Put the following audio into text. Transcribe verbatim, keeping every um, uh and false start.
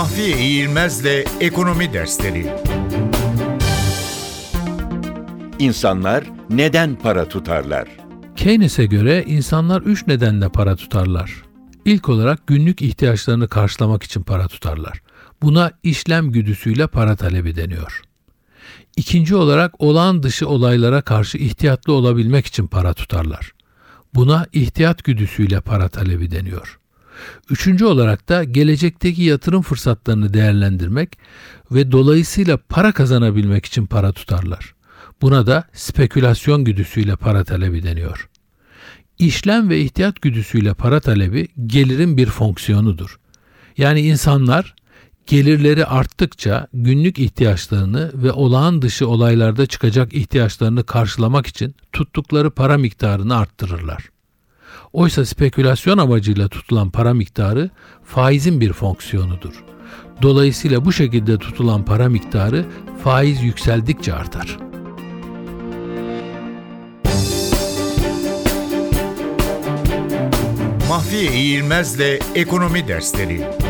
Mahfiye İğilmez'le Ekonomi Dersleri. İnsanlar neden para tutarlar? Keynes'e göre insanlar üç nedenle para tutarlar. İlk olarak günlük ihtiyaçlarını karşılamak için para tutarlar. Buna işlem güdüsüyle para talebi deniyor. İkinci olarak olağan dışı olaylara karşı ihtiyatlı olabilmek için para tutarlar. Buna ihtiyat güdüsüyle para talebi deniyor. Üçüncü olarak da gelecekteki yatırım fırsatlarını değerlendirmek ve dolayısıyla para kazanabilmek için para tutarlar. Buna da spekülasyon güdüsüyle para talebi deniyor. İşlem ve ihtiyat güdüsüyle para talebi gelirin bir fonksiyonudur. Yani insanlar gelirleri arttıkça günlük ihtiyaçlarını ve olağan dışı olaylarda çıkacak ihtiyaçlarını karşılamak için tuttukları para miktarını arttırırlar. Oysa spekülasyon amacıyla tutulan para miktarı faizin bir fonksiyonudur. Dolayısıyla bu şekilde tutulan para miktarı faiz yükseldikçe artar. Mahfiye İğilmez'le Ekonomi Dersleri.